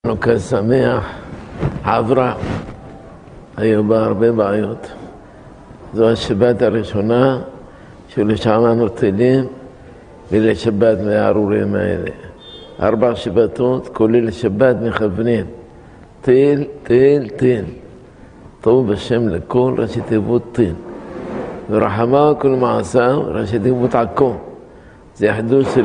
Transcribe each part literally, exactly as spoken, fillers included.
חנוכה שמח, עברה, היו בה הרבה בעיות. זו השבת הראשונה שלשם אנו תהילים ולשבת מהארורים האלה. ארבע שבתות, כולל שבת מכוונים. תהיל, תהיל, תהיל. טוב בשם לכל ראשי תיבות תהיל. ורחמה כל מעשה, ראשי תיבות עקום. זה חידוש של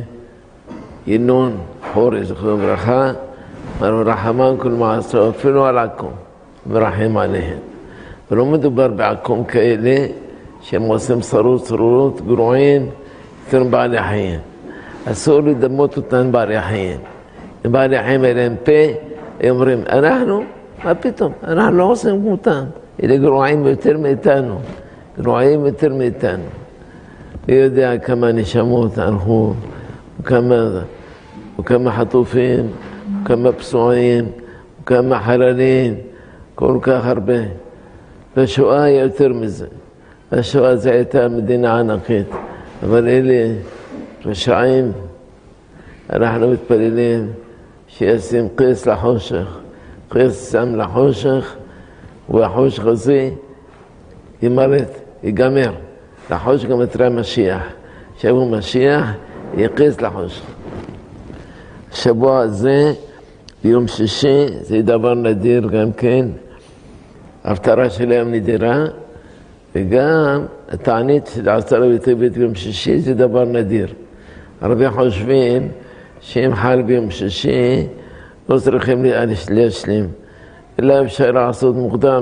בינון חורש, זכרו ברכה. רחמן כל מעשה, אפילו על עקום, מרחם עליהם. ולא מדובר בעקום כאלה שהם עושים צרות, צרורות, גרועים, יותר בעלי חיים. אסור לדמות אותן בעלי חיים. אם בעלי חיים אליהם פה, הם אומרים, אנחנו, מה פתאום? אנחנו לא עושים כמותם. אלה גרועים יותר מאיתנו. גרועים יותר מאיתנו. אני יודע כמה נשמות הלכו, וכמה, וכמה חטופים, כמה פצועים, כמה חללים, כל כך הרבה. והשואה היא יותר מזה. השואה זה הייתה מדינה ענקית, אבל אלה רשעים. אנחנו מתפללים שישים קץ לחושך, קץ שם לחושך, והחושך הזה ימרת, ייגמר. לחושך גם יתראה משיח. שבוע משיח יהיה קץ לחושך. השבוע הזה, ביום שישי, זה דבר נדיר גם כן. ההפטרה שלהם נדירה, וגם התענית שעשה לו יותר ביום שישי, זה דבר נדיר. הרבה חושבים שאם חל ביום שישי, לא צריכים להשלים. אלא אפשר לעשות מוקדם,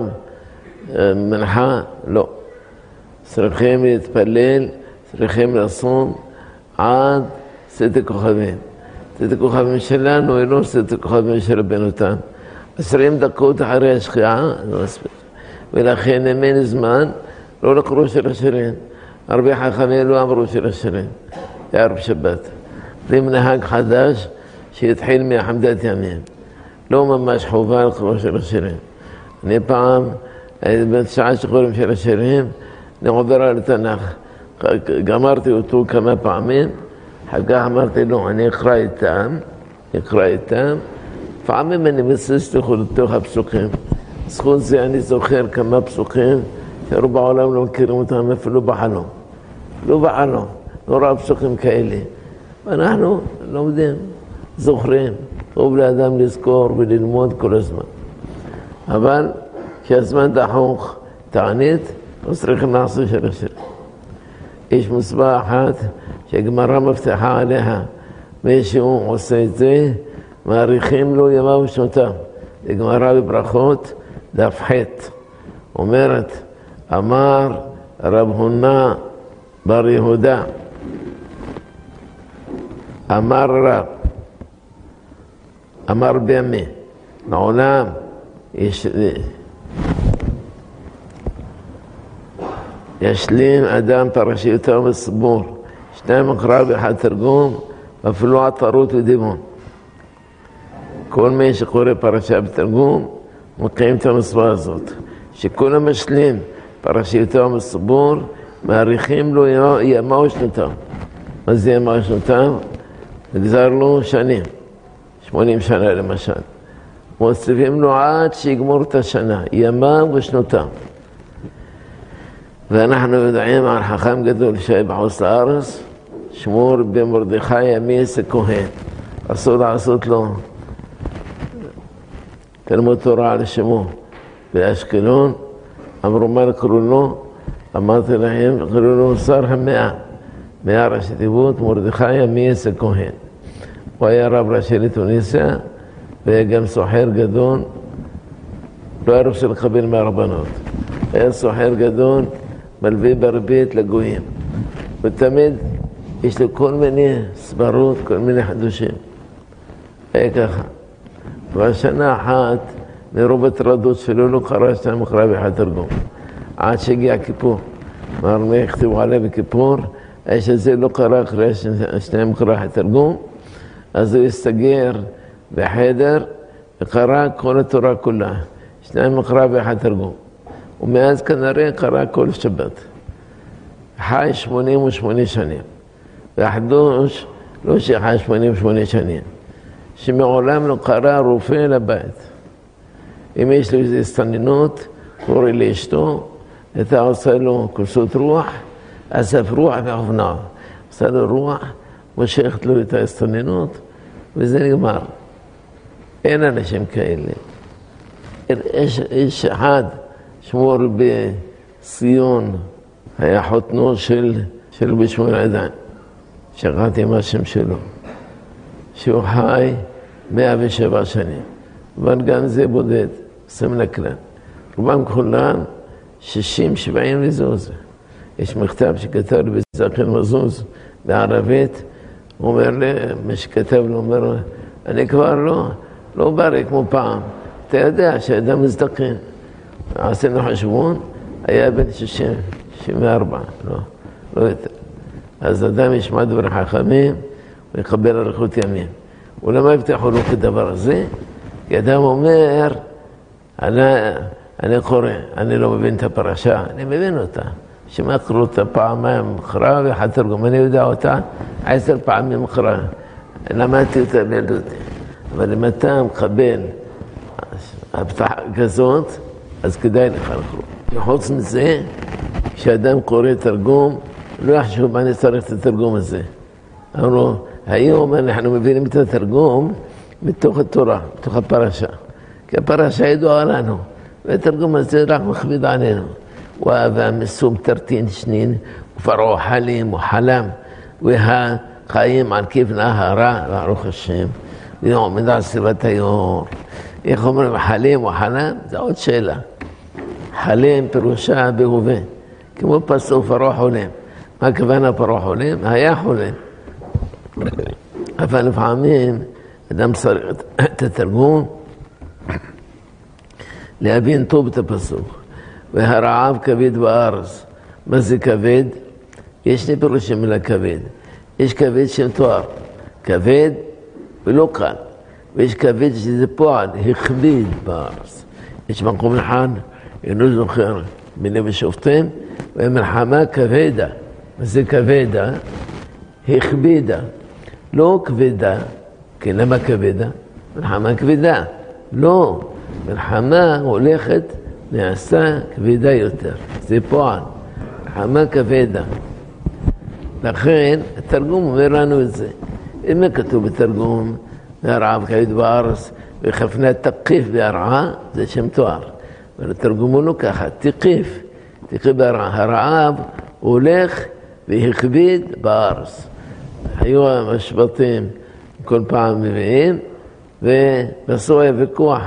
מנחה, לא. צריכים להתפלל, צריכים לעשות עד צאת הכוכבים. צאת הכוכבים שלנו, היא לא צאת הכוכבים של רבנו תם. עשרים דקות אחרי השקיעה, לא מספיק. ולכן אם אין זמן, לא לקרוא של השירים. הרבה חכמים לא אמרו של השירים. בערב שבת. זה מנהג חדש שהתחיל מהחמדת ימים. לא ממש חובה לקרוא של השירים. אני פעם, בשעה שקוראים של השירים, אני עובר על התנ"ך. גמרתי אותו כמה פעמים, אחר כך אמרתי לו, אני אקרא איתם, אקרא איתם, פעמים אני מסיס לתוך הפסוקים. זכות זה אני זוכר כמה פסוקים, שרוב העולם לא מכירים אותם אפילו בחלום. לא בחלום, לא ראה פסוקים כאלה. ואנחנו לומדים, זוכרים, טוב לאדם לזכור וללמוד כל הזמן. אבל כשהזמן דחוך תענית, לא צריכים לעשות של השיר. יש מצווה אחת שהגמרא מבטיחה עליה, מישהו עושה את זה, מעריכים לו ימיו ושנותיו. הגמרא בברכות, דף ח' אומרת, אמר רב הונא בר יהודה, אמר רב, אמר בימי, לעולם יש... ישלים אדם פרשיותו מסבור, שניים מקרא ואחד תרגום, אפילו עטרות ודימון. כל מי שקורא פרשה בתרגום, מקיים את המצווה הזאת. שכולם משלים פרשיותו מסבור, מעריכים לו ימה ושנותיו. מה זה ימה ושנותיו? נגזר לו שנים, שמונים שנה למשל. מוסיפים לו עד שיגמור את השנה, ימה ושנותיו. ואנחנו יודעים על חכם גדול שהיה בחוץ לארץ, שמו רבי מרדכי ימיס הכהן. אסור לעשות לו תלמוד תורה על שמו באשקלון. אמרו מה קראו לו? אמרתי להם, קראו לו שר המאה, מאה ראשי תיבות, מרדכי ימיס הכהן. הוא היה רב ראשי לתוניסיה, והיה גם סוחר גדול, לא היה רוצה לקבל מהרבנות. היה סוחר גדול, מלווה בריבית לגויים. ותמיד יש לו כל מיני סברות, כל מיני חידושים. היה ככה. והשנה אחת, מרוב הטרדות שלו, לא קרא שתיים מקרא ואחד תרגום. עד שהגיע כיפור. אמר מה יכתבו עליה בכיפור, האיש הזה לא קרא אחרי שתיים מקרא ואחד תרגום, אז הוא הסתגר בחדר וקרא כל התורה כולה. שתיים מקרא ואחד תרגום. ומאז כנראה קרא כל שבת. חי שמונים ושמונה שנים. והחדוש לא שחי שמונים ושמונה שנים. שמעולם לא קרא רופא לבית. אם יש לו איזו הסתננות, קורא לאשתו, אתה עושה לו כוסות רוח, אסף רוח ואופנוע. עושה לו רוח, מושכת לו את ההסתננות, וזה נגמר. אין אנשים כאלה. יש, יש אחד, שמור בציון, היה חותנו של, של בשמואל עדן, שכחתי מה השם שלו, שהוא חי מאה ושבע שנים, אבל גם זה בודד, סמנקלן. רובם כולם שישים, שבעים וזוז. יש מכתב שכתב לי בזכן מזוז בערבית, הוא אומר לי, מי שכתב לו, אומר, אני כבר לא, לא בריא כמו פעם. אתה יודע שאדם מזדקן. עשינו חשבון, היה בן שישים, שישים וארבע, לא, לא יותר. אז אדם ישמע דבר חכמים, ויקבל אריכות ימים. ולמה הבטיחו לו כדבר הזה? כי אדם אומר, אני, אני קורא, אני לא מבין את הפרשה, אני מבין אותה. שמה קראו אותה פעמיים מקרא ואחד תרגום, אני יודע אותה עשר פעמים מקרא. למדתי אותה בילדותי. אבל אם אתה מקבל הבטחה כזאת, אז כדאי לך לקרוא. וחוץ מזה, כשאדם קורא תרגום, לא יחשוב מה אני צריך את התרגום הזה. אמרו, היום אנחנו מבינים את התרגום מתוך התורה, מתוך הפרשה. כי הפרשה ידועה לנו, והתרגום הזה רק מכביד עלינו. והמסום תרתין שנין, ופרעו חלים וחלם, והחיים על כיוון הרע, ברוך השם, ועומד על סביבת היור. איך אומרים, חלים וחלם? זה עוד שאלה. חלים פירושה בהווה, כמו פסוק פרעו חולם. מה הכוונה פרעו חולם? היה חולם. אבל לפעמים אדם צריך את התרגום להבין טוב את הפסוק. והרעב כבד בארץ. מה זה כבד? יש שני פירושים מילה כבד. יש כבד של תואר, כבד ולא קל. ויש כבד שזה פועל, הכביד בארץ. יש מקום אחד, אינו זוכר, בלב השופטים, ומלחמה כבדה. מה זה כבדה? הכבידה. לא כבדה, כי למה כבדה? מלחמה כבדה. לא, מלחמה הולכת נעשה כבדה יותר, זה פועל, מלחמה כבדה. לכן התרגום אומר לנו את זה. אם כתוב בתרגום, והרעב כבד בארץ, וחפנה תקיף בהרעה, זה שם תואר. אבל התרגום הוא לא ככה, תקיף, תקיף בהרעה. הרעב הולך והכביד בארץ. היו המשבטים כל פעם מביאים, ובסוף היה ויכוח.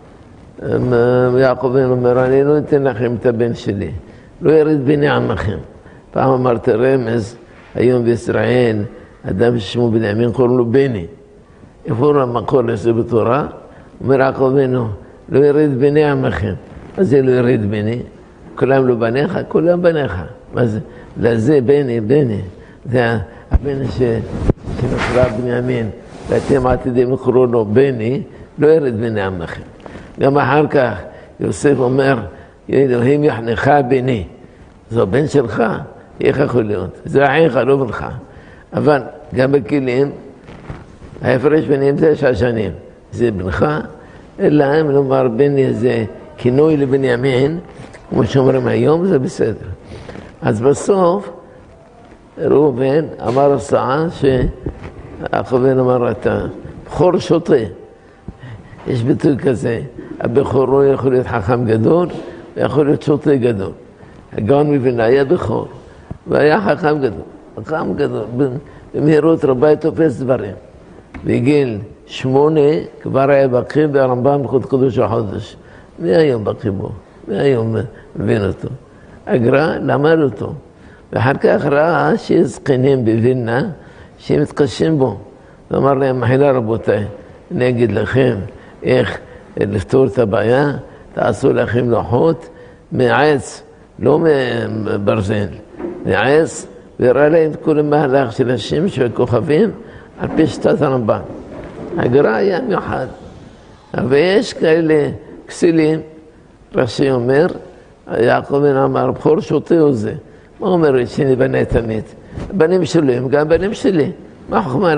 יעקב אומר, אני לא אתן לכם את הבן שלי, לא ירד בני עמכם. פעם אמרתי רמז, היום בישראל, אדם ששמו בנימין קוראים לו בני. איפה הוא המקור לזה בתורה? אומר יעקב אבינו, לא ירד בני עמכם. מה זה לא ירד בני? כולם לא בניך? כולם בניך. מה זה? לזה בני, בני. זה הבן שנקרא בנימין, ואתם עתידים לקרוא לו בני, לא ירד בני עמכם. גם אחר כך יוסף אומר, אלוהים יחנך בני. זו בן שלך, איך יכול להיות? זה אחיך, לא בנך. אבל גם בכלים, ההפרש ביניהם זה שש שנים. זה בנך, אלא אם לומר בני זה כינוי לבנימין, כמו שאומרים היום, זה בסדר. אז בסוף, ראובן אמר הסעה שהכוון אמר אתה, בכור שוטה. יש ביטוי כזה, הבכור לא יכול להיות חכם גדול, ויכול להיות שוטה גדול. הגאון מווילנה היה בכור, והיה חכם גדול. חכם גדול, במהירות רבה תופס דברים. בגיל שמונה כבר היה בקי ברמב"ם בחוד קדוש החודש. מי היום בקי בו? מי היום מבין אותו? הגר"א למד אותו. ואחר כך ראה שיש זקנים בווילנה שהם מתקשים בו. ואמר להם, מחילה רבותיי, אני אגיד לכם איך לפתור את הבעיה, תעשו לכם לוחות מעץ, לא מברזל, מעץ, והראה להם את כל המהלך של השמש והכוכבים על פי שיטת הרמב"ם. הגר"א היה מיוחד. אבל יש כאלה כסילים, רש"י אומר, יעקב אמר, בכור שוטה הוא זה. מה אומר שאני בנה תמיד? הבנים שלי הם גם בנים שלי. מה חוכמה?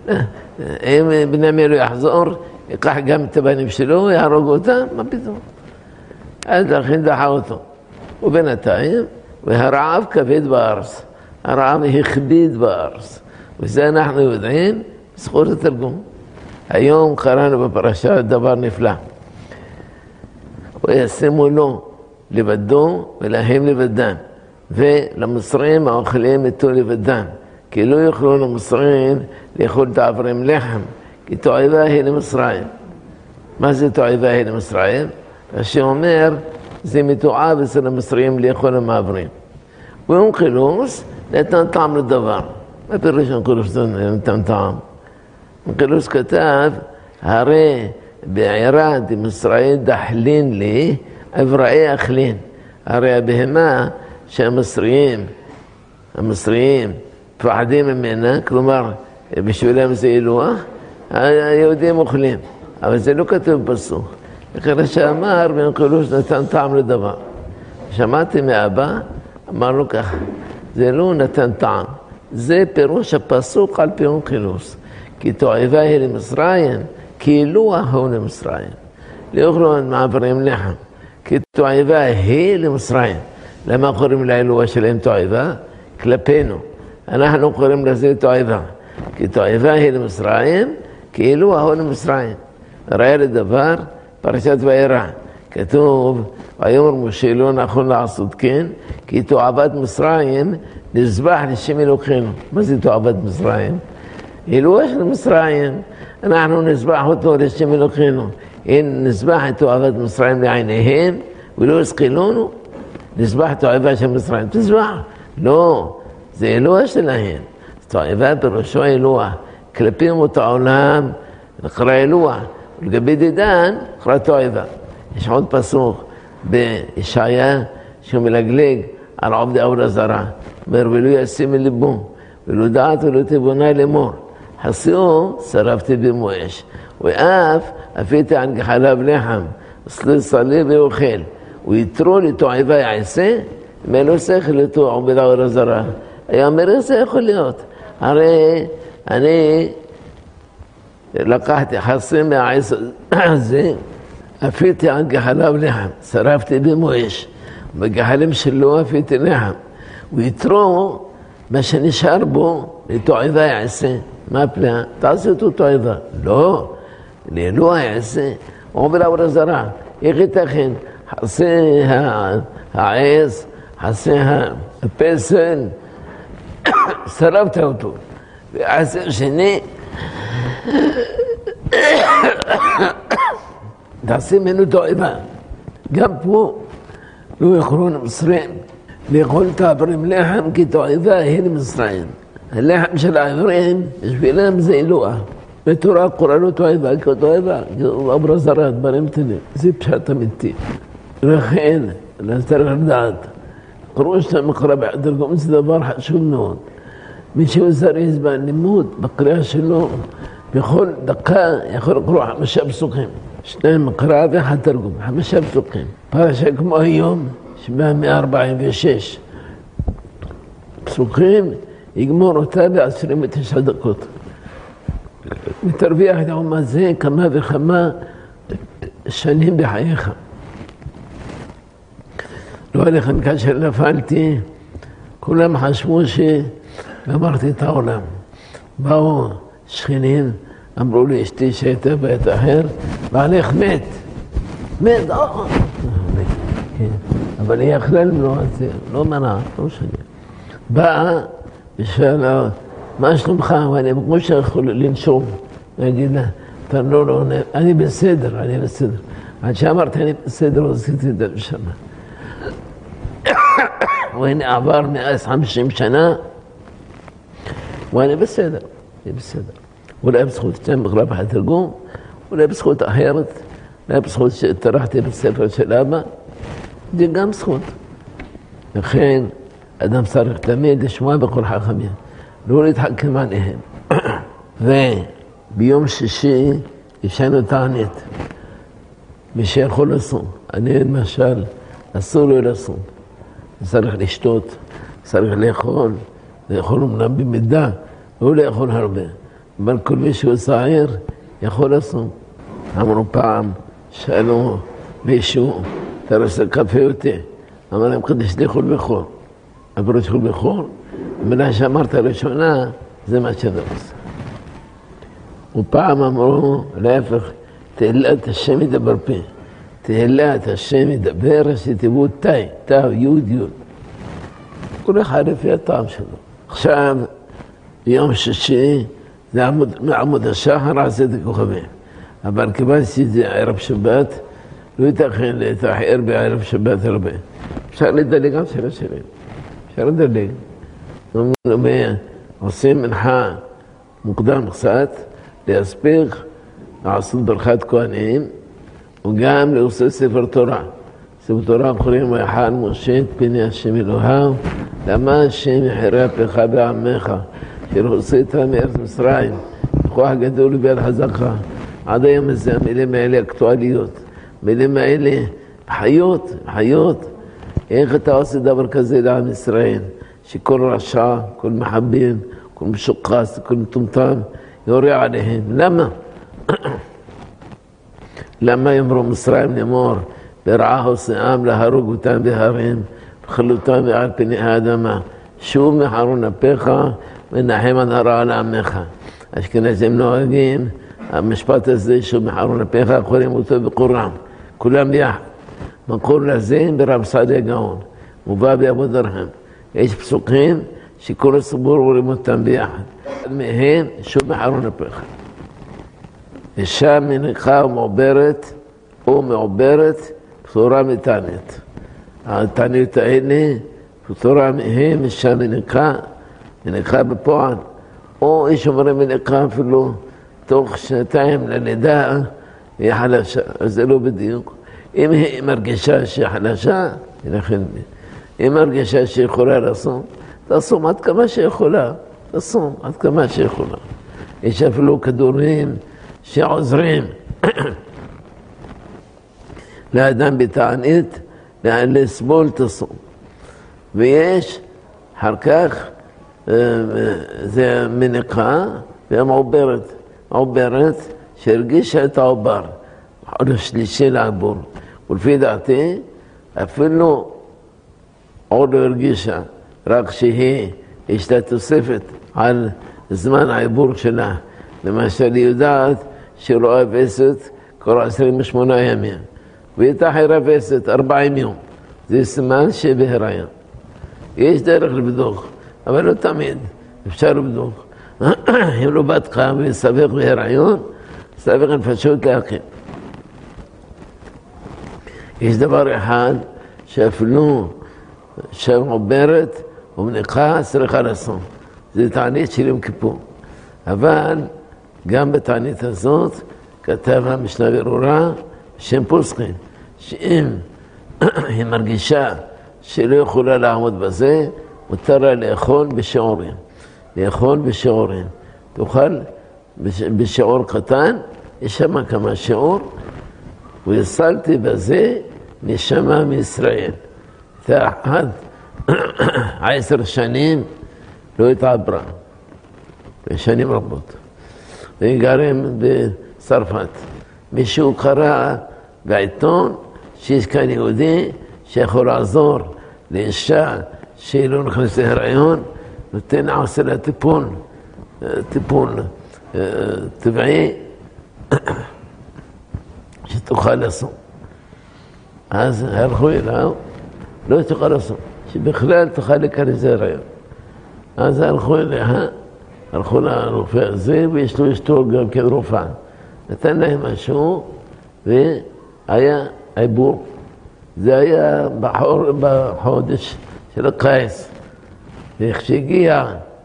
אם בנימין לא יחזור, ייקח גם את הבנים שלו, יהרוג אותם, מה פתאום? אז לכן דחה אותו. ובינתיים, והרעב כבד בארץ. הרעב הכביד בארץ. וזה אנחנו יודעים, בזכות התרגום. היום קראנו בפרשה דבר נפלא. וישימו לו לבדו ולהם לבדן. ולמצרים האוכלים איתו לבדן. כי לא יוכלו למצרים לאכול את העברים לחם. כי תועבה היא למצרים. מה זה תועבה היא למצרים? השם אומר, זה מתועב אצל המצרים לאכול המעברים. ואונקלוס נתן טעם לדבר. מה פירוש אונקלוס נתן טעם? אונקלוס כתב, הרי בעירה דמצרים דחלין לי, אבראי אכלין. הרי הבהמה שהמצרים, המצרים פחדים ממנה, כלומר בשבילם זה אלוה, היהודים אוכלים. אבל זה לא כתוב פסוק. לכן שאמר, ואונקלוס נתן טעם לדבר. שמעתי מאבא, אמר לו ככה, זה לא נתן טעם. זה פירוש הפסוק על פי אונקלוס. כי תועבה היא למצרים, כי אלוה הוא למצרים. לא יוכלו מעברים לחם. כי תועבה היא למצרים. למה קוראים לאלוה שלהם תועבה? כלפינו. אנחנו קוראים לזה תועבה. כי תועבה היא למצרים, כי אלוה הוא למצרים. ראה לדבר, פרשת וארא. כתוב, ויאמר משה לא נכון לעשות כן, כי תועבת מצרים נזבח לשם אלוקינו. מה זה תועבת מצרים? אלוה של מצרים, אנחנו נזבח אותו לשם אלוקינו. אם נזבח את תועבת מצרים לעיניהם, ולא יסכילונו, נזבח תועבה של מצרים. תזבח. לא, זה אלוה שלהם. תועבה פירושו אלוה. כלפי אומות העולם נקרא אלוה. ולגבי דידן נקרא תועבה. יש עוד פסוק בישעיה שהוא מלגלג על עובדי עבודה זרה. אומר, ולא ישים מלבו, ולא דעת ולא תבונה לאמור. חסיו שרפתי במו אש. ואף אפיתי על גחליו לחם, סליל סליב ואוכל. ויתרו לתועבה יעשה, מלא שכל לתוע עובדי עבודה זרה. היה אומר, איך זה יכול להיות? הרי אני לקחתי חסים מהעץ הזה, אפיתי על גחליו לחם, שרפתי במו אש. בגחלים שלו אפיתי לחם. ויתרו מה שנשאר בו לתועבה יעשה. מה הפלא? תעשי אותו תועבה. לא, לאלוה יעשה. עובד עבודה זרה. איך ייתכן? חסי העץ, חסי הפסל, שרפת אותו. ועשר שני, תעשי ממנו תועבה. גם פה לא יכולו למצרים לאכול את העברים לחם, כי תועבה היא למצרים. הלחם של העברים, בשבילם זה אלוה. בתורה קורא לו תועבה, כי תועבה, עבודה זרה, דברים תנים. זה פשט אמיתי. לכן, צריך לדעת, קראו שאתה מקרא בתרגום, זה דבר חשוב מאוד. מי שזריז בלימוד, בקריאה שלו, בכל דקה יכול לקרוא חמישה פסוקים. שניים מקרא ואחד תרגום, חמישה פסוקים. פרשה כמו היום, שבעה מאה ארבעים ושש פסוקים, יגמור אותה בעשרים ותשע דקות. מתרוויח את העומה זה כמה וכמה שנים בחייך. לא עליכם כאשר נפלתי, כולם חשבו שגמרתי את העולם. באו שכנים, אמרו לי, אשתי שהייתה בית אחר, בעלך מת. מת, אה, אבל היא יכלה למנוע את זה, לא מנע, לא שני. באה ושאלה, מה שלומך? ואני כמו שיכול לנשום. להגיד לה, אתה לא, לא, אני בסדר, אני בסדר. עד שאמרתי, אני בסדר, עשיתי את זה בשנה. והנה עבר מאז חמישים שנה, ואני בסדר, אני בסדר. אולי בזכות שתיים בכלל בתרגום, אולי בזכות אחרת, אולי בזכות שטרחתי בספר של אבא, זה גם זכות. לכן, אדם צריך תמיד לשמוע בכל חכמים, לא להתחכם עליהם. וביום שישי ישנו תענית, מי שיכול לסום. אני למשל, אסור לו לסום. צריך לשתות, צריך לאכול, לאכול אמנם במידה, לא לאכול הרבה. אבל כל מי שהוא צעיר יכול לצום. אמרו פעם, שאלו מישהו, אתה רוצה קפה אותי? אמר להם, קדש לי חול וחול. אמרו חול וחול, המילה שאמרת ראשונה, זה מה שאני רוצה. ופעם אמרו, להפך, תהילת השם ידבר פי. תהילת השם ידבר, שתבוא תאי, תאו, יוד, יוד. כל אחד לפי הטעם שלו. עכשיו, יום שישי, זה עמוד, מעמוד השחר עשית כוכבים. אבל כיוון שזה ערב שבת, לא ייתכן להתאחר בערב שבת הרבה. אפשר לדלג גם של השירים. אפשר לדלג. עושים מנחה מוקדם קצת, להספיק, לעשות ברכת כהנים, וגם לעשות ספר תורה. ספר תורה קוראים ויחן משה את פני השם אלוהיו, למה השם יחרה אפיך בעמך, שהוצאת מארץ מצרים, בכוח גדול וביד חזקה. עד היום הזה המילים האלה אקטואליות, המילים האלה חיות, חיות. איך אתה עושה דבר כזה לעם ישראל, שכל רשע, כל מחבל, כל משוקץ, כל מטומטם, יורה עליהם. למה? למה יאמרו מצרים לאמור, ברעה הוציאם להרוג אותם בהרים, וחלותם על פני האדמה. שוב מחרון אפיך ונחם על הרע לעמך. אשכנזים נוהגים, המשפט הזה שוב מחרון אפיך, קוראים אותו בקוראן, כולם יחד. מקור לזה ברב סעדיה גאון, מובא באבו דרהם. יש פסוקים שכל הציבור רואים אותם ביחד. מהם שוב מחרון אפיך. אישה מניחה ומעוברת, או מעוברת, פטורה מתענית. התענית האלה, פטורה מהם, אישה מניחה, מניחה בפועל. או איש אומרים מניחה אפילו תוך שנתיים ללידה, היא חלשה. אז זה לא בדיוק. אם היא מרגישה שהיא חלשה, אם מרגישה שהיא יכולה לצום, תצום עד כמה שיכולה, תצום עד כמה שיכולה. יש אפילו כדורים שעוזרים לאדם בתענית לסבול תצום. ויש אחר כך זה מניחה ומעוברת, מעוברת שהרגישה את העובר, חודש שלישי לעבור. ולפי דעתי אפילו עוד לא הרגישה, רק שהיא יש לה תוספת על זמן העיבור שלה. למשל היא יודעת שהיא רואה וסת כל עשרים ושמונה ימים, והיא תחרה וסת ארבעים יום. זה סימן שבהיריון. יש דרך לבדוק, אבל לא תמיד אפשר לבדוק. אם לא בדקה וסבך בהיריון, סבך פשוט להקים. יש דבר אחד שאפילו שם עוברת ומניחה צריכה לעשות. זה תענית של יום כיפור. אבל גם בתענית הזאת כתב המשנה ברורה שם פוסקין, שאם היא מרגישה שלא יכולה לעמוד בזה, מותר לה לאכול בשיעורים. לאכול בשיעורים. תאכל בשיעור קטן, יש שם כמה שיעור, ויסלתי בזה נשמה מישראל. עד עשר שנים לא התעברה, בשנים רבות. והיא גרים בצרפת. מישהו קרא בעיתון שיש כאן יהודי שיכול לעזור לאישה שהיא לא נכנסת להיריון, נותן עושה לה טיפול, טיפול טבעי שתוכל לעשות. אז הלכו אליו, לא תוכל לעשות, שבכלל תוכל להיכנס להיריון. אז הלכו אליה, הלכו לרופא הזה, ויש לו אשתו גם כן רופאה. נתן להם משהו, והיה עיבור. זה היה בחור, בחודש של הקיץ. וכשהגיע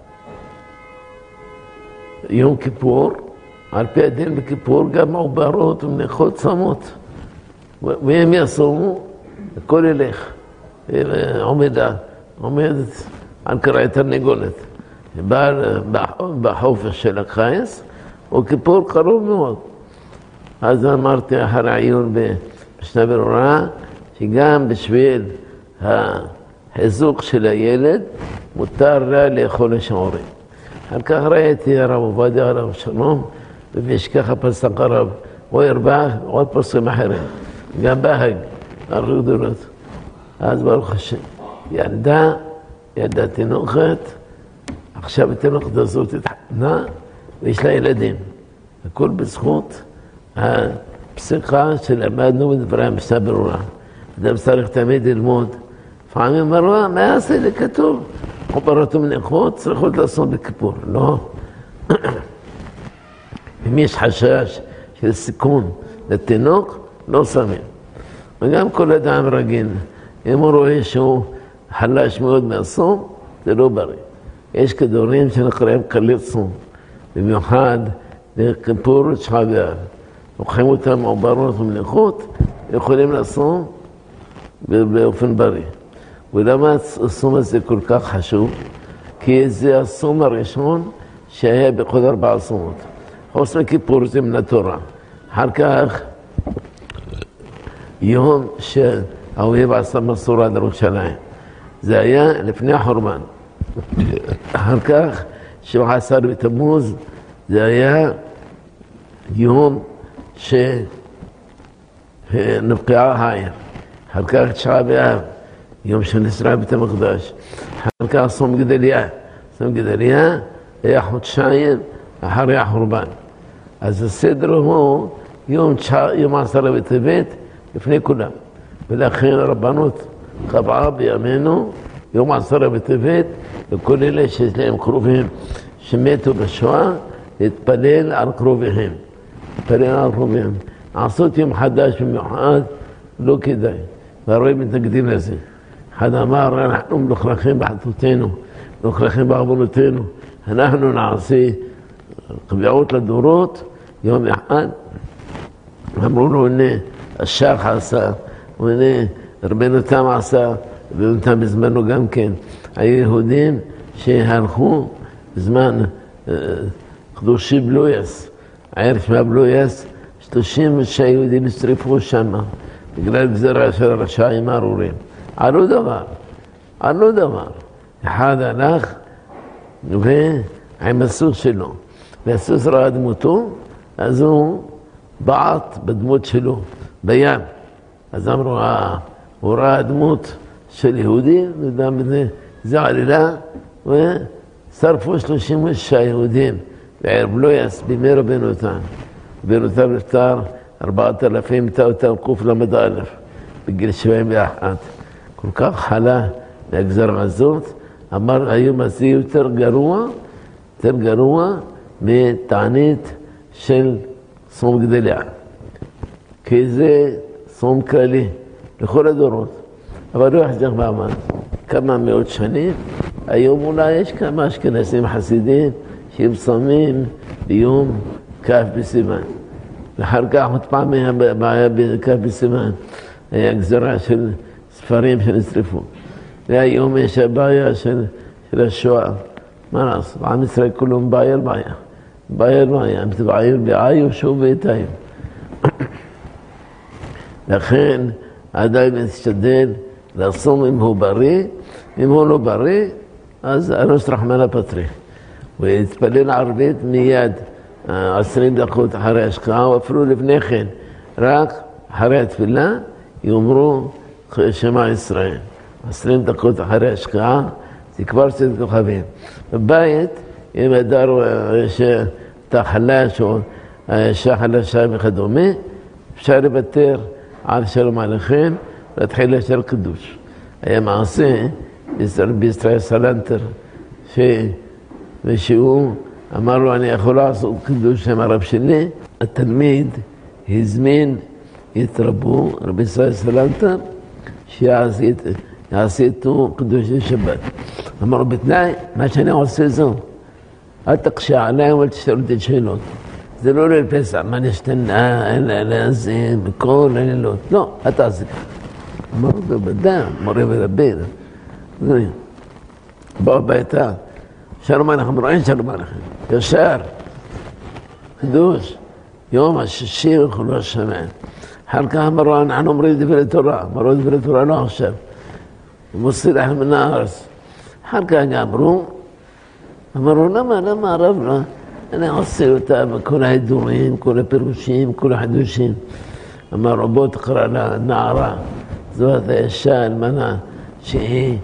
יום כיפור, על פי הדין בכיפור, גם מעוברות ומניחות צמות. והם יסומו, הכל ילך. עומדה, עומדת על קרעי תרנגולת. בא בחופש של הקיץ, וכיפור קרוב מאוד. אז אמרתי אחר העיון במשנה ברורה, שגם בשביל החיזוק של הילד, מותר לה לאכול לשיעורים. אחר כך ראיתי הרב עובדיה, הרב שלום, וישכח הפסק הרב, או ירבח, עוד פסקים אחרים, גם בהג, הרב גדולות. אז ברוך השם, ילדה, ילדה תינוקת, עכשיו התינוקת הזאת התחתנה, ויש לה ילדים. הכל בזכות הפסיקה שלמדנו בדברי המשנה ברורה. אדם צריך תמיד ללמוד. לפעמים אמרו, מה יעשה לי כתוב? חוברות ומניחות צריכות לעשות בכיפור. לא. אם יש חשש של סיכון לתינוק, לא שמים. וגם כל אדם רגיל, אם הוא רואה שהוא חלש מאוד מהצום, זה לא בריא. יש כדורים שנקראים קליל צום, במיוחד לכיפור תשעה באב. לוקחים אותם מעוברות ומניחות, יכולים לעצום באופן בריא. ולמה הצום הזה כל כך חשוב? כי זה הצום הראשון שהיה בכל ארבע צומות. חוץ מכיפור זה מן התורה. אחר כך, יום שהאויב עשה מסורה לירושלים. זה היה לפני החורבן. אחר כך, שבעה עשר בתמוז, זה היה יום שנבקעה העיר. אחר כך תשעה באב, יום שנשרף בית המקדש. אחר כך צום גדליה. צום גדליה היה חודשיים אחרי החורבן. אז הסדר הוא יום, יום עשרה בטבת לפני כולם. ולכן הרבנות קבעה בימינו יום עשרה בטבת לכל אלה שיש להם קרובים שמתו בשואה, להתפלל על קרוביהם. להתפלל על קרוביהם. לעשות יום חדש במיוחד לא כדאי. והרבה מתנגדים לזה. אחד אמר, אנחנו מלוכלכים בחטאותינו, מלוכלכים בעוונותינו. אנחנו נעשה קביעות לדורות, יום אחד. אמרו לו, הנה, השח עשה, והנה, רבנו תם עשה, רבנו תם בזמנו גם כן. היהודים שהלכו בזמן קדושי בלויס, הערב שמה בלויס, שלושים ושש יהודים נשרפו שם, בגלל גזרה של רשעים ארורים. עלו דבר, עלו דבר. אחד הלך ועם הסוס שלו, והסוס ראה דמותו, אז הוא בעט בדמות שלו, בים. אז אמרו, אה, הוא ראה דמות של יהודי, וגם בזה, זה עלילה, ושרפו שלושים ושש יהודים, בערב לויס, בימי רבנו תם. רבנו תם נפטר ארבעת אלפים תאותם קוף למד א', בגיל שבעים ואחת. כל כך חלה מהגזרה הזאת, אמר היום הזה יותר גרוע, יותר גרוע מתענית של צום גדליה. כי זה צום כללי לכל הדורות. אבל לא יחזיק מעמד. כמה מאות שנים, היום אולי יש כמה אשכנזים חסידים שהם צמים ביום כ' בסיוון. ואחר כך עוד פעם היה בעיה בכ' בסיוון. היה גזרה של ספרים שנשרפו. והיום יש הבעיה של, של השואה. מה לעשות? עם ישראל כולם בעיה לבעיה. בעיה לבעיה. אם תבעיה בעיה, יושעו ויטעים. לכן, עדיין משתדל לעצום אם הוא בריא. אם הוא לא בריא, אז אנוש רחמנא פטרי. ויתפלל ערבית מיד עשרים דקות אחרי השקעה, או אפילו לפני כן. רק אחרי התפילה יאמרו שמע ישראל. עשרים דקות אחרי השקעה, זה כבר צד כוכבים. בבית, אם הדר שאתה חלש או האישה חלשה וכדומה, אפשר לוותר על שלום עליכם, להתחיל לשאר קדוש. היה מעשה בישראל סלנטר, ושהוא אמר לו, אני יכול לעשות קדוש עם הרב שלי. התלמיד הזמין יתרבו, רבי ישראל סלנטר, שיעשה איתו קדוש לשבת. אמר לו, בתנאי, מה שאני עושה זו, אל תקשה עליי, אבל תשאל אותי שאלות. זה לא ליל פסח, מה נשתנה, אלא זה, בכל הלילות. לא, אל תעשה ככה. אמר לו, בדם, מורה ורבי. באו הביתה, שלום עליכם, אין שלום עליכם. ישר, קדוש, יום השישי וחולו השמיים. אחר כך אמרו, אנחנו אומרים דברי תורה, אמרו דברי תורה לא עכשיו. מוסי לכם מן הארץ. אחר כך אמרו, אמרו, למה, למה הרב לא? אני עושה אותה בכל ההידורים, כל הפירושים, כל החידושים. אמר, בוא תקרא לנערה, זאת האישה אלמנה שהיא,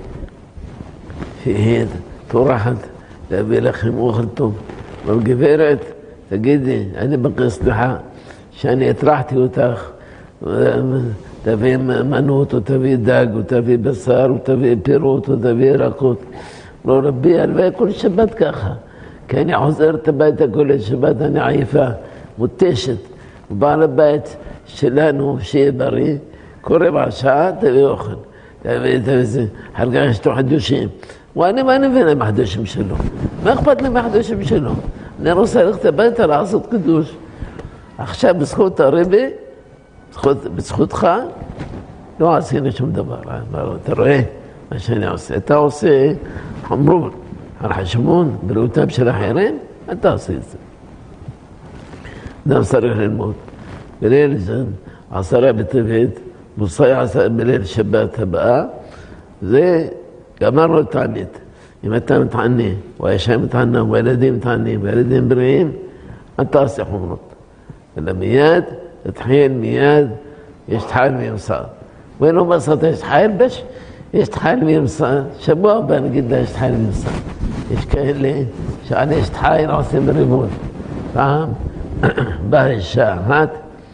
שהיא טורחת להביא לכם אוכל טוב. אבל גברת, תגידי, אני בקש סליחה שאני הטרחתי אותך, תביא מנות, או תביא דג, או תביא בשר, או תביא פירות, או תביא ירקות. לא רבי, הלוואי כל שבת ככה. כי אני חוזרת הביתה כל שבת, אני עייפה, מותשת. ובעל הבית שלנו, שיהיה בריא, כל רבע שעה תביא אוכל. תביא, תביא זה. אחר כך יש לו חידושים. ואני, מה אני מבין עם החידושים שלו? מה אכפת לי מהחידושים שלו? אני רוצה ללכת הביתה לעשות קידוש. עכשיו בזכות הרבי, בזכות, בזכותך, לא עשינו שום דבר. אתה רואה מה שאני עושה? אתה עושה חמרון על חשבון בריאותם של אחרים, אתה עושה את זה. אדם צריך ללמוד. בליל עשרה בטבת, מוסי בליל שבת הבאה, זה גמרנו את הענית. אם אתה מתענה, והאישה מתענה, והילדים מתענים, והילדים בריאים, אתה עושה חומרות. אלא מיד, תתחיל מיד, יש תחיל מימסר. ולא מסעת יש תחיל בש, יש תחיל מימסר. שבוע הבא נגיד לה יש תחיל מימסר. יש כאלה שעל יש תחיל עושים ריבון. פעם, באה אישה אחת,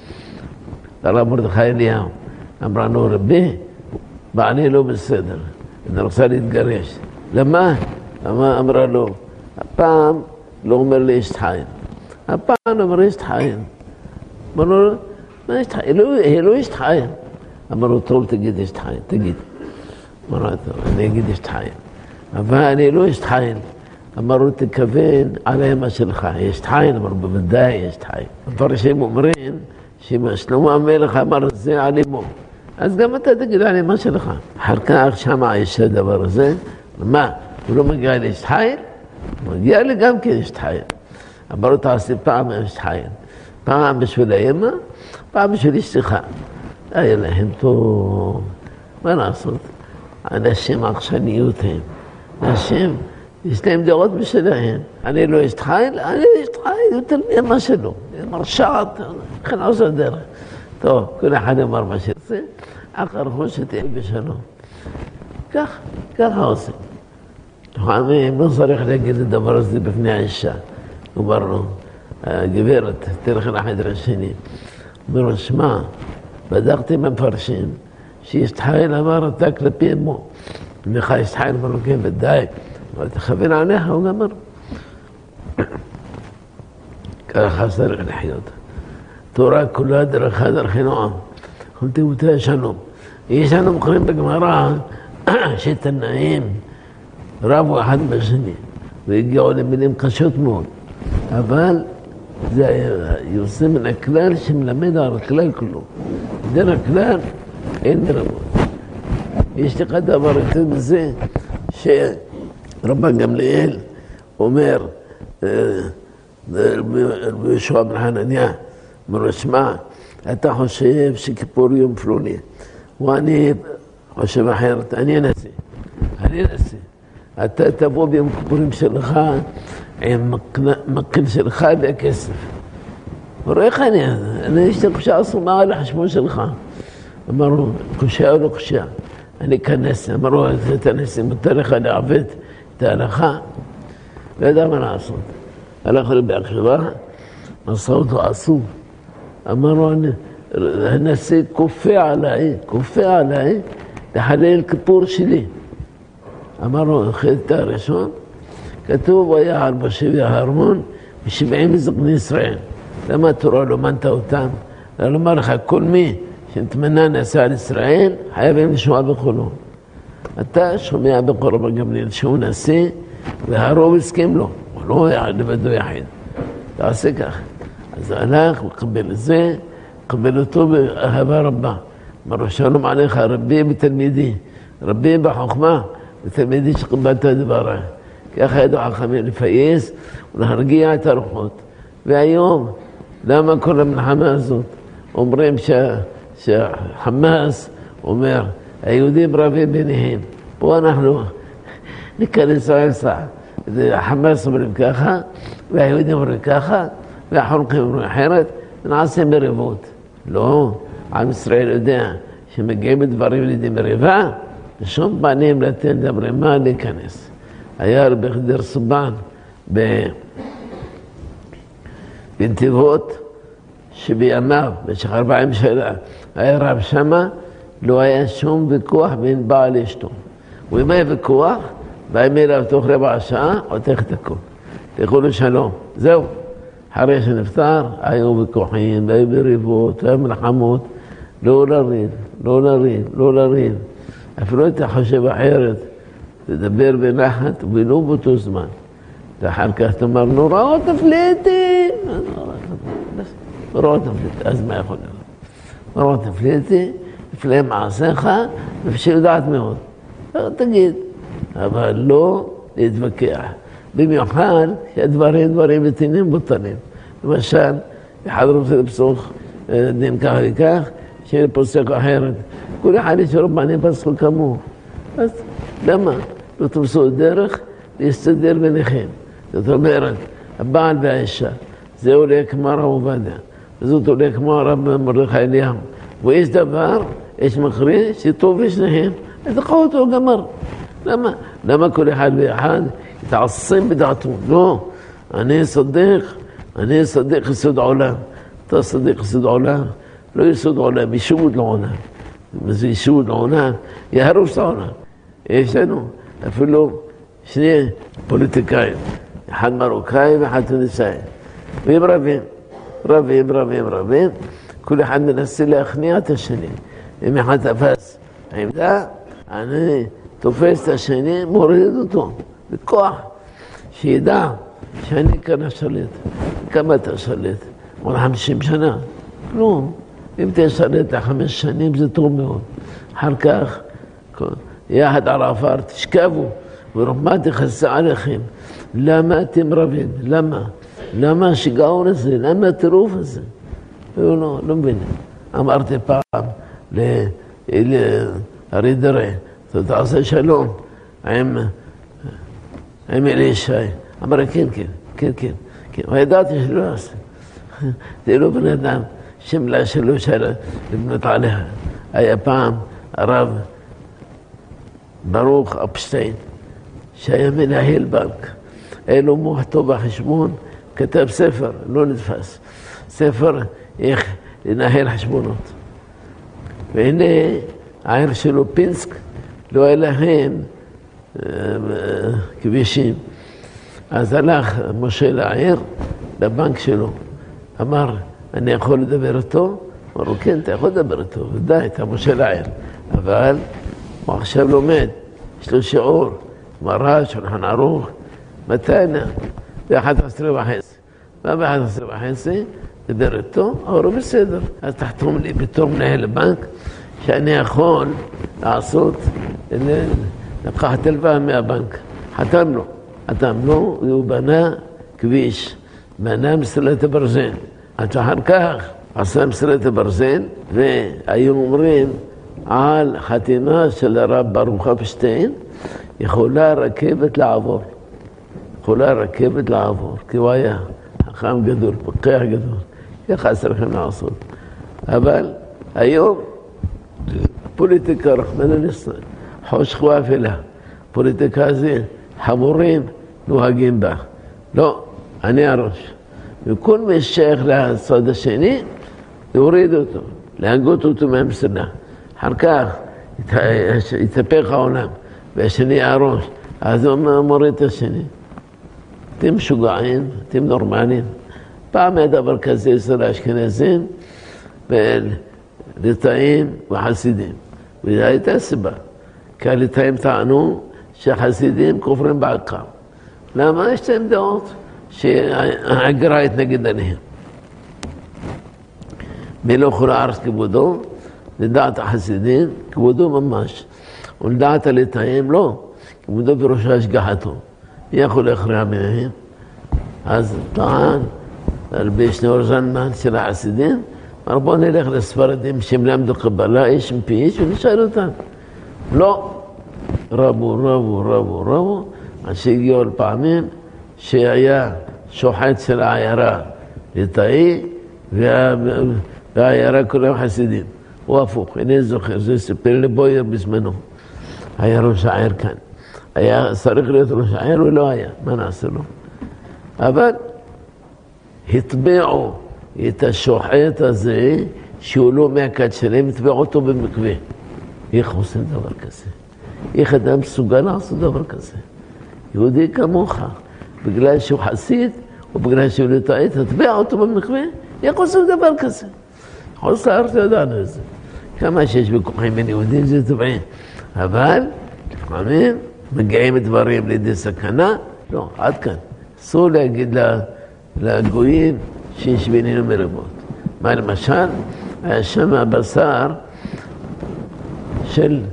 הרב מרדכי אליהו, אמרה לו, רבי, בעלי לא בסדר, אני רוצה להתגרש. למה? אמרה לו, הפעם לא אומר לי יש תחיל. הפעם אומר יש תחיל. אמר לו, מה יש תחיל? לא יש תחיל. אמר לו, טוב, תגיד יש תחיל, תגיד. אמר לו, טוב, אני אגיד יש תחיל. אבל אני לא יש תחיל. אמר לו, תכוון על האמא שלך, יש תחיל? אמר לו, בוודאי יש תחיל. המפרשים אומרים, ששלמה המלך אמר זה על אמו. אז גם אתה תגיד על אמא שלך. אחר כך שמה יש הדבר הזה, מה? הוא לא מגיע לי יש תחיל? מגיע לי גם כן יש תחיל. אמר לו, תעשי פעם יש תחיל. פעם בשביל האמא, פעם בשביל אשתך. היה להם טוב. מה לעשות? אנשים עכשניות הם. אנשים, יש להם דעות בשלהם. אני לא יש תחיל, אני יש תחיל יותר מאמא שלו. מרשעת, לכן עושה דרך. טוב, כל אחד אמר מה שרצה, אחר כך שתהיה בשלום. כך, ככה עושה. לפעמים לא צריך להגיד את הדבר הזה בפני האישה. הוא אמר לו, גברת, תלך לחדר השני. הוא אומר לו, שמע, בדקתי מפרשים, שיש תחיל אמר אתה כלפי אמו. לך יש תחיל, אמר לו, כן, ודאי. אבל תכוון עליך, הוא אמר. ככה צריך לחיות. תורה כולה דרכה דרכי נועם. חולתי אותה שלום. יש לנו מוכרים בגמרא שתנאים רבו אחד בשני והגיעו למילים קשות מאוד. אבל זה יוצא מן הכלל שמלמד על הכלל כולו. דרך הכלל אין מרבות. יש לך דבר יותר מזה שרבן גמליאל אומר רבי יהושע בן חנניה, אומר לו, שמע, אתה חושב שכיפור יום פלוני, ואני חושב אחרת, אני אנסה, אני אנסה. אתה תבוא ביום כיפורים שלך עם מקל שלך והכסף. אמרו, איך אני? אני יש לי קושה אסומה על החשבון שלך. אמרו, קושה או לא קושה? אני אכנס. אמרו, זה תנסה, מותר לך לעבד את ההלכה. לא יודע מה לעשות. הלך רבי עקיבא, נשא אותו עצוב. אמרו, הנשיא כופה עליי, כופה עליי לחלל כיפור שלי. אמרו, חטא הראשון, כתוב, היה על משה והארמון ושבעים זקני ישראל. למה התורה לא מנתה אותם? לומר לך, כל מי שנתמנה נעשה על ישראל, חייבים לשמוע בקולו. אתה שומע בקול רבן גמליאל שהוא נשיא, והרוב הסכים לו. הוא לא היה לבדו יחיד. תעשה כך. אז הוא הלך, הוא קבל את זה, קבל אותו באהבה רבה. אמר, שלום עליך, רבי בתלמידי, רבי בחוכמה, בתלמידי שקבלת את הדבר. ככה ידעו חכמים לפייס ולהרגיע את הרוחות. והיום, למה כל המלחמה הזאת? אומרים שהחמאס אומר, היהודים רבים ביניהם. פה אנחנו ניכנס לעשה. החמאס אומרים ככה, והיהודים אומרים ככה, והחונכים אומרים אחרת, נעשה מריבות. לא, עם ישראל יודע שמגיעים לדברים לידי מריבה, ושום פנים לתת למרימה להיכנס. היה רבי חדיר סובן בנתיבות, שבימיו, במשך ארבעים שנה, היה רב שמה, לא היה שום ויכוח בין בעל אשתו. ואם היה ויכוח, באים אליו תוך רבע שעה, חותך את הכל. תלכו לשלום. זהו. אחרי שנפטר, היו ויכוחים, היו מריבות, היו מלחמות. לא לריב, לא לריב, לא לריב. אפילו אתה חושב אחרת, תדבר בנחת ולא באותו זמן. ואחר כך תאמר, נוראות תפליטי. נוראות תפליטי, אז מה יכול להיות? נוראות תפליטי, לפני מעשיך, ושיודעת מאוד. תגיד, אבל לא להתווכח. במיוחד שהדברים דברים מתינים בוטנים. למשל, אחד רוצה לפסוק דין כך וכך, שפוסק אחרת. כל אחד יש רבנים פסקו כמוהו. אז למה? לא תמצאו דרך להסתדר ביניכם. זאת אומרת, הבעל והאישה, זה עולה כמו הרב עובדיה, וזאת עולה כמו הרב מרדכי אליהו. ויש דבר, יש מכריע שטוב לשניהם, אז תקעו אותו גמר. למה? למה כל אחד ואחד יתעצם בדעתו? לא, אני צדיק, אני צדיק יסוד עולם. אתה צדיק יסוד עולם, לא יסוד עולם, ישוד לעולם. זה ישוד לעולם, יהרוס העולם. יש לנו אפילו שני פוליטיקאים, אחד מרוקאי ואחד טוניסאי. והם רבים, רבים, רבים, רבים. כל אחד מנסה להכניע את השני. אם אחד תפס עמדה, אני תופס את השני, מוריד אותו, בכוח. שידע שאני כאן השליט. כמה אתה שליט? עוד חמישים שנה. כלום. אם תשליט לחמש שנים זה טוב מאוד. אחר כך, יחד על העפר, תשכבו, ורמה תכסה עליכם. למה אתם רבים? למה? למה השיגעון הזה? למה הטירוף הזה? לא, לא מבינים. אמרתי פעם לארי דרעי, אתה עושה שלום עם אלי ישי. אמר, כן, כן, כן, כן. וידעתי שלא עושה. זה לא בן אדם שמלה שלו שאלה לבנות עליה. היה פעם הרב ברוך אפשטיין, שהיה מנהל בנק. היה לו מוח טוב בחשבון, כתב ספר, לא נתפס. ספר איך לנהל חשבונות. והנה העיר שלו פינסק, לא היה להם כבישים. אז הלך משה לעיר, לבנק שלו. אמר, אני יכול לדבר איתו? אמרו, כן, אתה יכול לדבר איתו, ודאי, אתה משה לעיר. אבל הוא עכשיו לומד, יש לו שיעור, מראה, שולחן ערוך, מתי נע? באחת עשרה וחצי. מה באחת עשרה וחצי? דבר איתו, אמרו בסדר. אז תחתום לי בתור מנהל הבנק, שאני יכול לעשות, לקחת הלוואה מהבנק. חתם לו, חתם לו, הוא בנה כביש, בנה מסילת הברזל. עד אחר כך עשה מסילת הברזל, והיו אומרים על חתימה של הרב ברוך אפשטיין, יכולה רכבת לעבור. יכולה רכבת לעבור, כי הוא היה חכם גדול, פקח גדול. ככה צריכים לעשות. אבל היום, פוליטיקה רחמנא ליצלן, חושך ואפלה. פוליטיקה זה חמורים נוהגים בה. לא, אני הראש. וכל מי שייך לצד השני, יוריד אותו, להגות אותו מהמסנה. אחר כך יתהפך העולם, והשני הראש. אז הוא מוריד את השני. אתם משוגעים, אתם נורמליים. פעם היה דבר כזה אצל האשכנזים, ליטאים וחסידים. וזו הייתה סיבה. כי הליטאים טענו שהחסידים כופרים בעקם. למה? יש להם דעות שהגרה התנגד עליהם. מלוך הארץ כבודו, לדעת החסידים, כבודו ממש. ולדעת הליטאים לא, כבודו בראש השגחתו. מי יכול להכריע מהם? אז טען, רבי שניאור זלמן של החסידים, אמר בוא נלך לספרדים שהם למדו קבלה, איש מפי איש, ונשאל אותם. לא. רבו, רבו, רבו, רבו, מה שהגיעו על פעמים, שהיה שוחט של העיירה ליטאי, וה... והעיירה כולם חסידים. הוא הפוך, הנה זוכר, זה סיפר לבויר בזמנו. היה ראש העיר כאן. היה צריך להיות ראש העיר, הוא לא היה, מה נעשה לו? אבל התבעו את השוחט הזה, שהוא לא מהכת שלהם, התבעו אותו במקווה. איך עושים דבר כזה? איך אדם מסוגל לעשות דבר כזה? יהודי כמוך, בגלל שהוא חסיד, או בגלל שהוא ליטאי, תתבע אותו במקווה? איך עושים דבר כזה? חוסר, ידענו את זה. כמה שיש בכוחים בין יהודים זה טבעי. אבל לפעמים מגיעים דברים לידי סכנה, לא, עד כאן. אסור להגיד לגויים שיש בינינו מריבות. מה למשל? היה שם הבשר של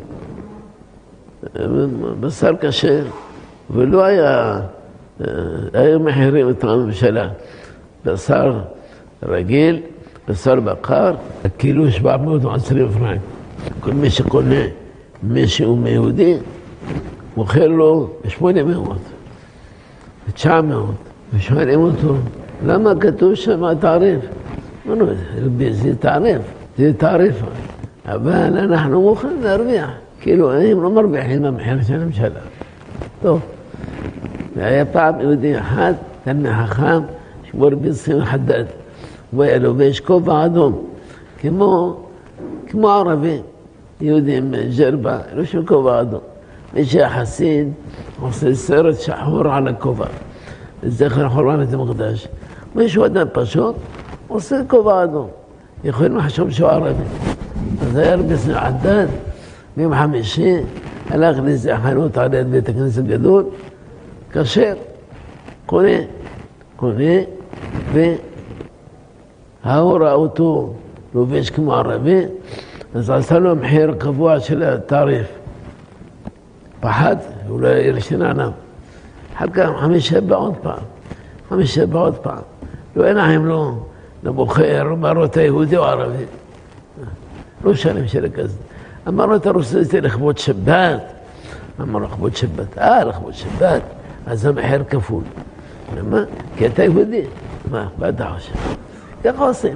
בשר כשר, ולא היה, היה מחירים את הממשלה. בשר רגיל, בשר בקר, הקילו שבע מאות ועשרים פרנק. כל מי שקונה מישהו מיהודי, מוכר לו שמונה מאות, תשע מאות, ושואלים אותו, למה כתוב שם תעריף? אמרנו, זה תעריף, זה תעריף. אבל אנחנו מוכנים להרוויח, כאילו הם לא מרוויחים במחיר של הממשלה. טוב, והיה פעם יהודי אחד, תלמיד חכם, שמו רבי שמעון חדד. הוא היה לובש כובע אדום, כמו, כמו ערבים, יהודים ג'רבה, לובשים כובע אדום. מי שהחסיד עושה סרט שחור על הכובע, לזכר חורבן בית המקדש. מישהו אדם פשוט עושה כובע אדום, יכולים לחשוב שהוא ערבי. אז היה רבי שמעון חדד, ביום חמישי, הלך לאיזה חנות על יד בית הכנסת גדול, כשר, קונה, קונה, ו... ההוא ראה אותו לובש כמו ערבי, אז עשה לו מחיר קבוע של התעריף. פחד, הוא לא ירשין עליו. אחר כך חמישה בעוד פעם, חמישה בעוד פעם. לא עיניים לו, למוכר, אמר לו, אתה יהודי או ערבי? לא שלם של כזה. אמר לו, אתה רוצה לכבוד שבת? אמר לו, לכבוד שבת. אה, לכבוד שבת. אז המחיר כפול. למה? כי אתה יהודי. מה, בעד החושב. ככה עושים.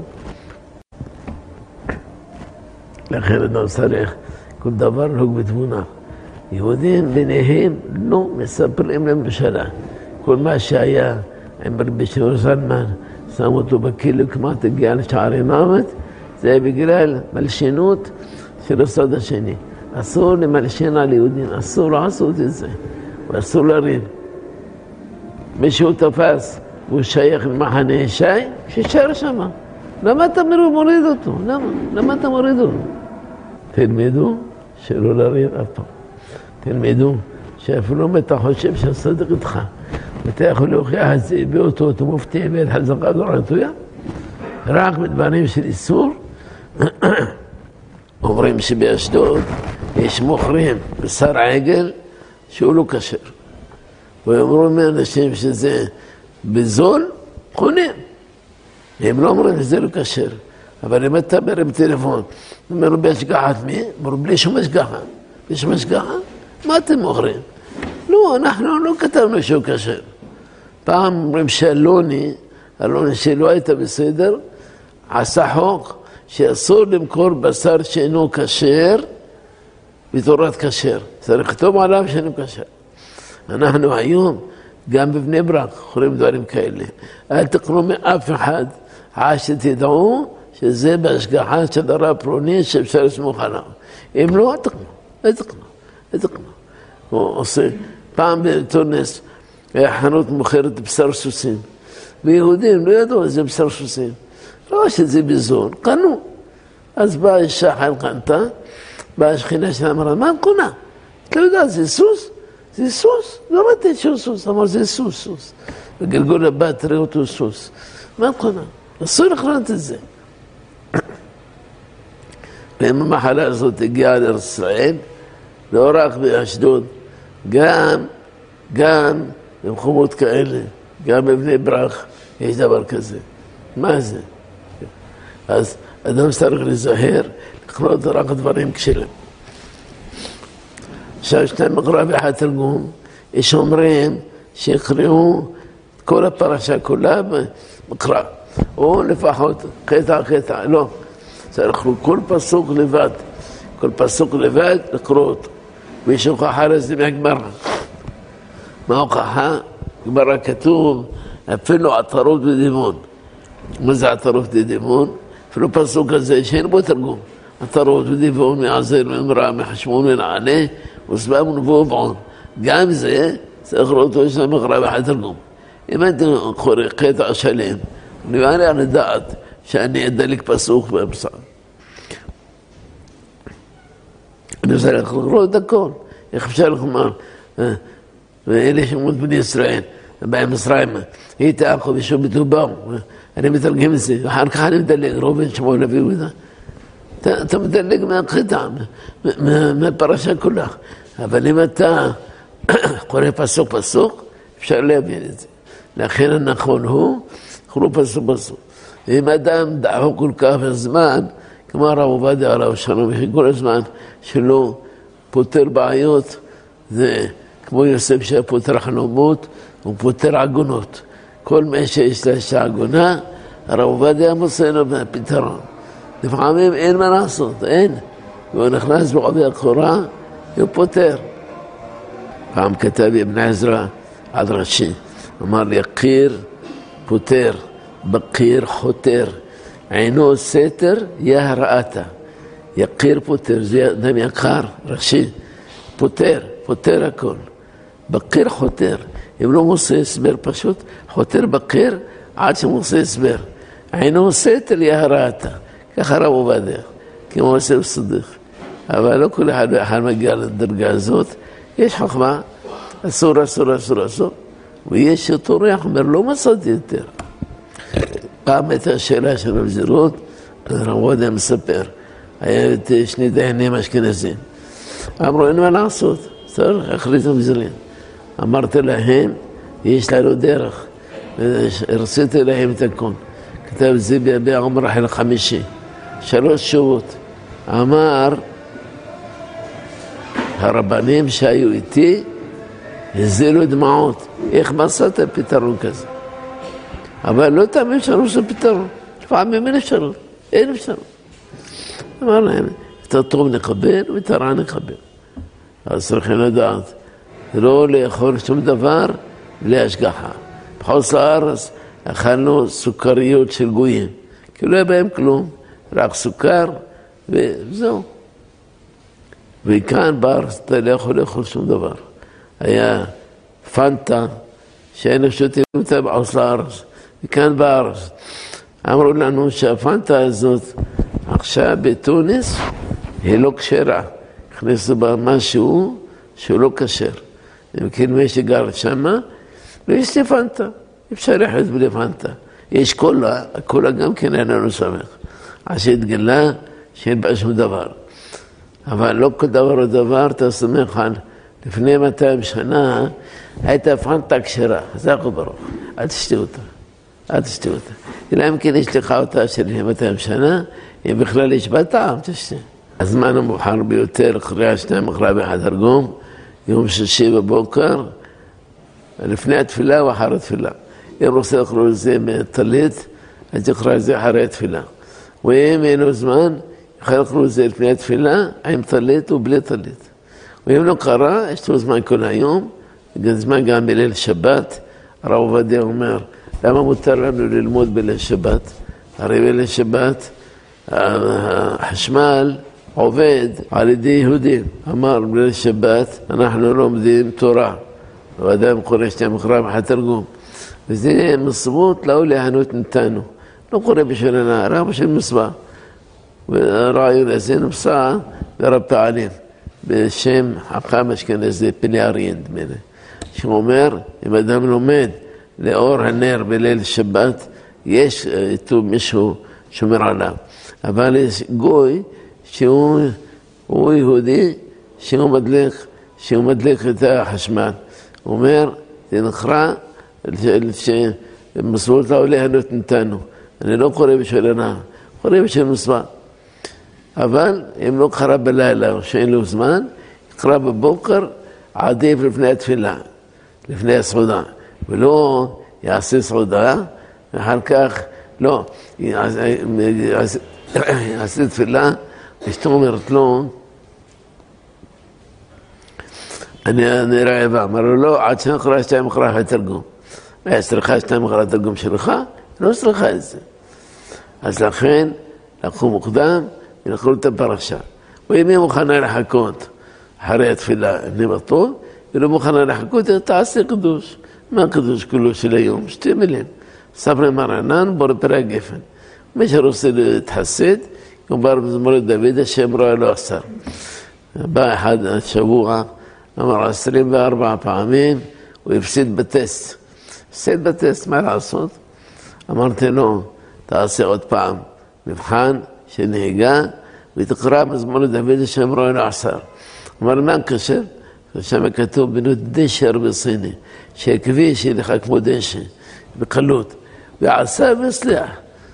לכן אדם צריך כל דבר לוג בתבונה. יהודים ביניהם לא מספרים לממשלה. כל מה שהיה עם רבי שמעון זלמן, שם אותו בכלא כמעט הגיע לשערי מוות, זה בגלל מלשינות של הצד השני. אסור למלשין על יהודים, אסור לעשות את זה, ואסור לריב. מישהו תפס, והוא שייך למחנה ישי, שישאר שם. למה אתה מוריד אותו? למה? למה אתה מוריד אותו? תלמדו שלא לריב אף פעם. תלמדו שאפילו אם אתה חושב שהסדק איתך, ואתה יכול להוכיח את זה באותו, אתה מופתיע ואת חזקה זו רטויה, רק מדברים של איסור, אומרים שבאשדוד יש מוכרים בשר עגל שהוא לא כשר. ואומרו מאנשים שזה בזול, קונים. הם לא אומרים שזה לא כשר. אבל אם אתה מרים טלפון, אומרים בהשגחת מי? אומרים בלי שום השגחה. בלי שום השגחה? מה אתם מוכרים? לא, אנחנו לא כתבנו שהוא כשר. פעם אומרים שאלוני, אלוני שלא הייתה בסדר, עשה חוק שאסור למכור בשר שאינו כשר בתורת כשר. צריך לכתוב עליו שאינו כשר. אנחנו היום, גם בבני ברק, חורים דברים כאלה. אל תקנו מאף אחד, עד שתדעו שזה בהשגחה של הרב פלוני שאפשר לסמוך עליו. אם לא, אל תקנו, אל תקנו, אל תקנו. הוא עושה, פעם בתונס, היה חנות מוכרת בשר סוסים. ויהודים לא ידעו איזה בשר סוסים. לא שזה בזול, קנו. אז באה אישה חייל קנתה, באה השכינה שלה אמרה, מה קונה? אתה יודע, זה סוס? זה סוס, לא ראיתי שהוא סוס, אמר זה סוס, סוס. בגלגול הבא תראה אותו סוס. מה קונה? אסור לקנות את זה. ואם המחלה הזאת הגיעה לארץ ישראל, לא רק באשדוד, גם, גם במקומות כאלה, גם בבני ברק, יש דבר כזה. מה זה? אז אדם צריך לזהר, לקנות רק דברים כשרים. עכשיו שתי מקרא ואחד תרגום, יש אומרים שיקראו כל הפרשה כולה במקרא, או לפחות קטע קטע, לא, צריך כל פסוק לבד, כל פסוק לבד לקרוא אותו, ויש הוכחה לזה מהגמרא. מה ההוכחה? גמרא כתוב אפילו עטרות ודימון. מה זה עטרות ודימון? אפילו פסוק הזה שאין בו תרגום. עטרות ודימון מעזר ממרא מחשמון ונעלה וסבב ונבוא בעון. גם זה צריך לראות אותו יש למקרא ואחד תרגום. אם אני קורא קטע שלם, אני מעלה על הדעת שאני אדליק פסוק באמצע. אני רוצה לקרוא את הכל. איך אפשר לומר? ואלה שמות בני ישראל, בהם מצרים, היא תעקו ושום בטובם. אני מתרגם את זה, ואחר כך אני מדלג, רובן שמואל נביא וזה. אתה מדלג מהקטע, מהפרשה כולה. אבל אם אתה קורא פסוק פסוק, אפשר להבין את זה. לכן הנכון הוא, קראו פסוק פסוק. אם אדם דעו כל כך הזמן, כמו הרב עובדיה עליו שלום, כל הזמן שלא פותר בעיות, זה כמו יוסף שפותר חלומות, הוא פותר עגונות. כל מי שיש לה שעגונה, הרב עובדיה מוצא לו פתרון. לפעמים אין מה לעשות, אין. והוא נכנס בעובי הקורה, הוא פותר. פעם כתב אבן עזרא עד ראשי, אמר לי, יקיר פותר, בקיר חותר, עינו סתר יהראתה. יקיר פותר, זה אדם יקר, ראשי, פותר, פותר הכל. בקיר חותר, אם לא מוצא הסבר פשוט, חותר בקיר עד שמוצא הסבר. עינו סתר יהראתה, ככה רב עובדיה, כמו עושה בסודך. אבל לא כל אחד ואחד מגיע לדרגה הזאת, יש חוכמה, אסור, אסור, אסור, אסור, ויש שטורח, אומר, לא מצאתי יותר. פעם הייתה השאלה של רב זירות, רב עובדיה מספר, היה את שני דיינים אשכנזים. אמרו, אין מה לעשות, צריך, החליטו מזרים. אמרתי להם, יש לנו דרך, הרציתי להם את הכל. כתב זה ביבי עומר החל חמישי, שלוש שורות. אמר, הרבנים שהיו איתי, הזילו דמעות. איך מצאת פתרון כזה? אבל לא תאמין שלא עושה פתרון. לפעמים אין אפשרות, אין אפשרות. אמר להם, את הטוב נקבל ואת הרע נקבל. אז צריכים לדעת, לא לאכול שום דבר בלי השגחה. בחוץ לארץ אכלנו סוכריות של גויים, כי לא היה בהם כלום, רק סוכר וזהו. וכאן בארץ אתה לא יכול לאכול שום דבר. היה פנטה שאין שותים אותה בחוץ לארץ, וכאן בארץ. אמרו לנו שהפנטה הזאת עכשיו בתוניס היא לא כשרה. הכניסו בה משהו שהוא לא כשר. אם כן מי שגר שמה, לא יש לי פנטה. אפשר לחיות בלי פנטה. יש קולה, הקולה גם כן אין לנו שמח. עד שהתגלה שאין בה שום דבר. אבל לא כל דבר או דבר אתה סומך על לפני מאתיים שנה הייתה פנטה כשרה. זה הכל ברוך. אל תשתה אותה. אל תשתה אותה. אלא אם כן יש לך אותה של מאתיים שנה, אם בכלל יש בה טעם, תשתה. הזמן המאוחר ביותר, אחרי השניים אחרי באחד תרגום, יום שישי בבוקר, לפני התפילה ואחר התפילה. אם רוצה לקרוא לזה מטלית, אז יקרא לזה אחרי התפילה. ואם אין לו זמן, יכול לקרוא לזה לפני התפילה, עם טלית ובלי טלית. ואם לא קרא, יש לו זמן כל היום, זמן גם בליל שבת. הרב עובדיה אומר, למה מותר לנו ללמוד בליל שבת? הרי בליל שבת, החשמל עובד על ידי יהודים. אמר בליל שבת, אנחנו לומדים תורה. ואדם קורא שתי מקרא ואחד תרגום. וזה מצוות לא להנות נתנו. לא קורא בשביל הנער, רק בשביל מצווה. ורעיון הזה נמצא ברב פעלים, בשם חכם אשכנזי פני אריה דמנה, שאומר, אם אדם לומד לאור הנר בליל שבת, יש איתו מישהו שומר עליו. אבל יש גוי שהוא הוא יהודי, שהוא מדליק, שהוא מדליק את החשמל. הוא אומר, זה נחרא, שמסורת לא להנות נתנו. אני לא קורא בשביל הנער, קורא בשביל מצווה. אבל אם לא קרא בלילה או שאין לו זמן, קרא בבוקר עדיף לפני התפילה. לפני הסעודה, ולא יעשה סעודה, ואחר כך לא, יעשה תפילה, אשתו אומרת לו, אני, אני רעבה, אמר לו לא, עד שנקרא שתיים אחריה תרגום. היה צריכה שתיים אחריה תרגום שלך? לא צריכה את זה. אז לכן, לקחו מוקדם, ולקחו את הפרשה. ואם היא מוכנה לחכות אחרי התפילה, אני בטוח, ולא מוכנה לחכות, תעשה קדוש. מה הקדוש כולו של היום? שתי מילים. ספרי מרנן, בור פרק גפן. מי שרוצה להתחסד, יאמר בזמור דוד, השם רואה לו עשר. בא אחד השבוע, אמר עשרים וארבע פעמים, הוא הפסיד בטסט. הפסיד בטסט, מה לעשות? אמרתי לו, תעשה עוד פעם מבחן של נהיגה, ותקרא בזמור דוד, השם רואה לו עשר. אמר, מה הקשר? שם כתוב בנות דשר בסיני, שהכביש ילך כמו דשא, בקלות, ועשה וסלח.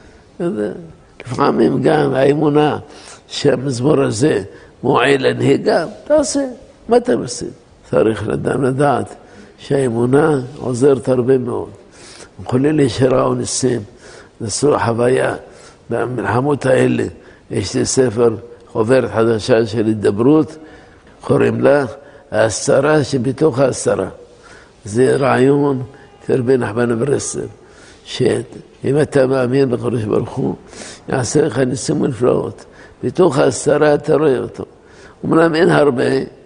לפעמים גם האמונה שהמזמור הזה מועיל לנהיגה, תעשה, מה אתה מפסיד? צריך לדעת, לדעת שהאמונה עוזרת הרבה מאוד. יכולים להישראו ניסים, נשאו חוויה במלחמות האלה. יש לי ספר, חוברת חדשה של התדברות, קוראים לה ההסתרה שבתוך ההסתרה. זה רעיון תרבי נחמן ברסלב, שאם אתה מאמין בקדוש ברוך הוא, יעשה לך ניסים ונפלאות. בתוך ההסתרה אתה רואה אותו. אומנם אין הרבה,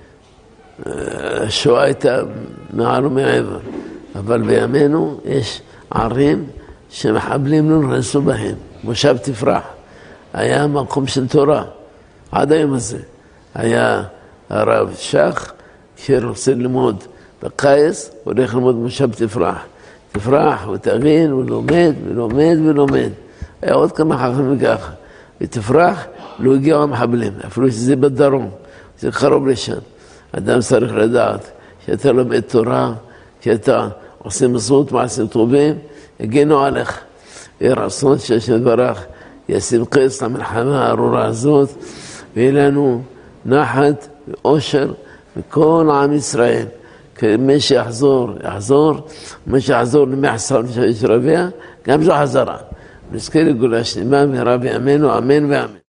השואה הייתה מעל ומעבר, אבל בימינו יש ערים שמחבלים לא נכנסו בהם. מושב תפרח, היה מקום של תורה, עד היום הזה. היה הרב שח, שרוצה ללמוד בקייס, הולך ללמוד מושב תפרח. תפרח ותבין ולומד ולומד ולומד. היה עוד כמה חכמים ככה. ותפרח לא הגיעו המחבלים, אפילו שזה בדרום, זה קרוב לשם. אדם צריך לדעת שאתה לומד תורה, שאתה עושה מסעות מעשים טובים, יגינו עליך. ירצון שהשם יתברך ישים קץ למלחמה הארורה הזאת, ויהיה לנו נחת ואושר מכל עם ישראל. כי מי שיחזור, יחזור, מי שיחזור למחסר של רביע, גם זו חזרה. נזכה לגאולה שלמה ורבי אמנו, אמן ואמן.